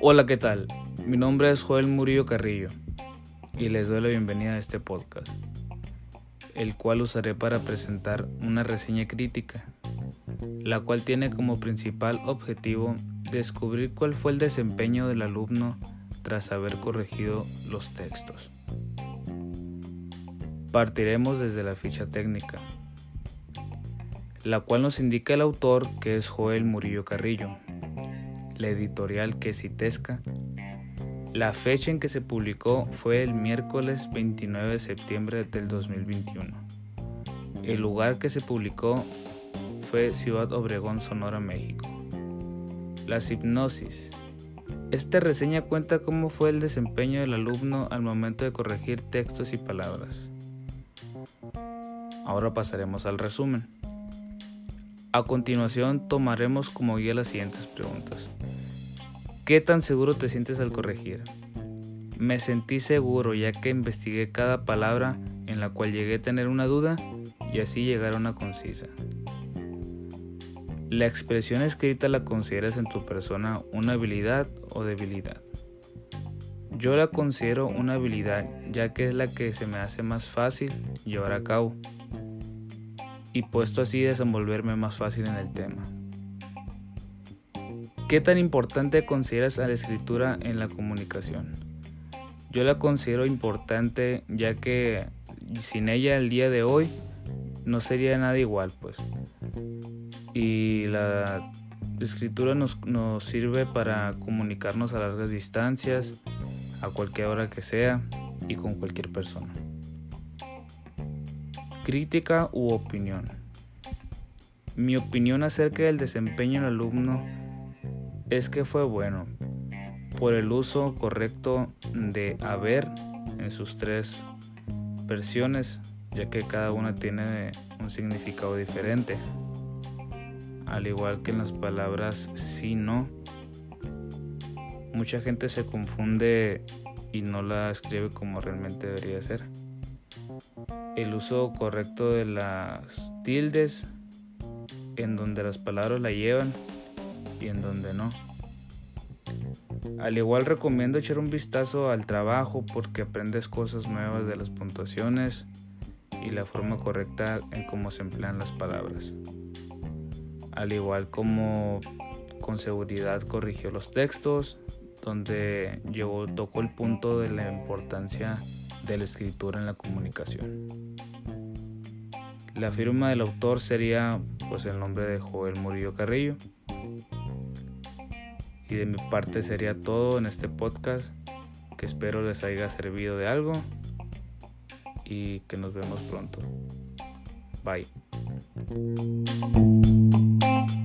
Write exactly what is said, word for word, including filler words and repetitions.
Hola, ¿qué tal? Mi nombre es Joel Murillo Carrillo y les doy la bienvenida a este podcast, el cual usaré para presentar una reseña crítica, la cual tiene como principal objetivo descubrir cuál fue el desempeño del alumno tras haber corregido los textos. Partiremos desde la ficha técnica, la cual nos indica el autor, que es Joel Murillo Carrillo, la editorial, que es Citesca. La fecha en que se publicó fue el miércoles veintinueve de septiembre del dos mil veintiuno. El lugar que se publicó fue Ciudad Obregón, Sonora, México. Las hipnosis. Esta reseña cuenta cómo fue el desempeño del alumno al momento de corregir textos y palabras. Ahora pasaremos al resumen. A continuación tomaremos como guía las siguientes preguntas. ¿Qué tan seguro te sientes al corregir? Me sentí seguro ya que investigué cada palabra en la cual llegué a tener una duda y así llegar a una concisa. ¿La expresión escrita la consideras en tu persona una habilidad o debilidad? Yo la considero una habilidad ya que es la que se me hace más fácil llevar a cabo y puesto así desenvolverme más fácil en el tema. ¿Qué tan importante consideras a la escritura en la comunicación? Yo la considero importante ya que sin ella el día de hoy no sería nada igual, pues. Y la escritura nos, nos sirve para comunicarnos a largas distancias, a cualquier hora que sea y con cualquier persona. Crítica u opinión. Mi opinión acerca del desempeño del alumno es que fue bueno por el uso correcto de haber en sus tres versiones, ya que cada una tiene un significado diferente, al igual que en las palabras sí, no. Mucha gente se confunde y no la escribe como realmente debería ser. El uso correcto de las tildes, en donde las palabras la llevan y en donde no. Al igual recomiendo echar un vistazo al trabajo porque aprendes cosas nuevas de las puntuaciones y la forma correcta en cómo se emplean las palabras. Al igual como con seguridad corrigió los textos, donde llegó, tocó el punto de la importancia de la escritura en la comunicación. La firma del autor sería pues el nombre de Joel Murillo Carrillo. Y de mi parte sería todo en este podcast, que espero les haya servido de algo y que nos vemos pronto. Bye.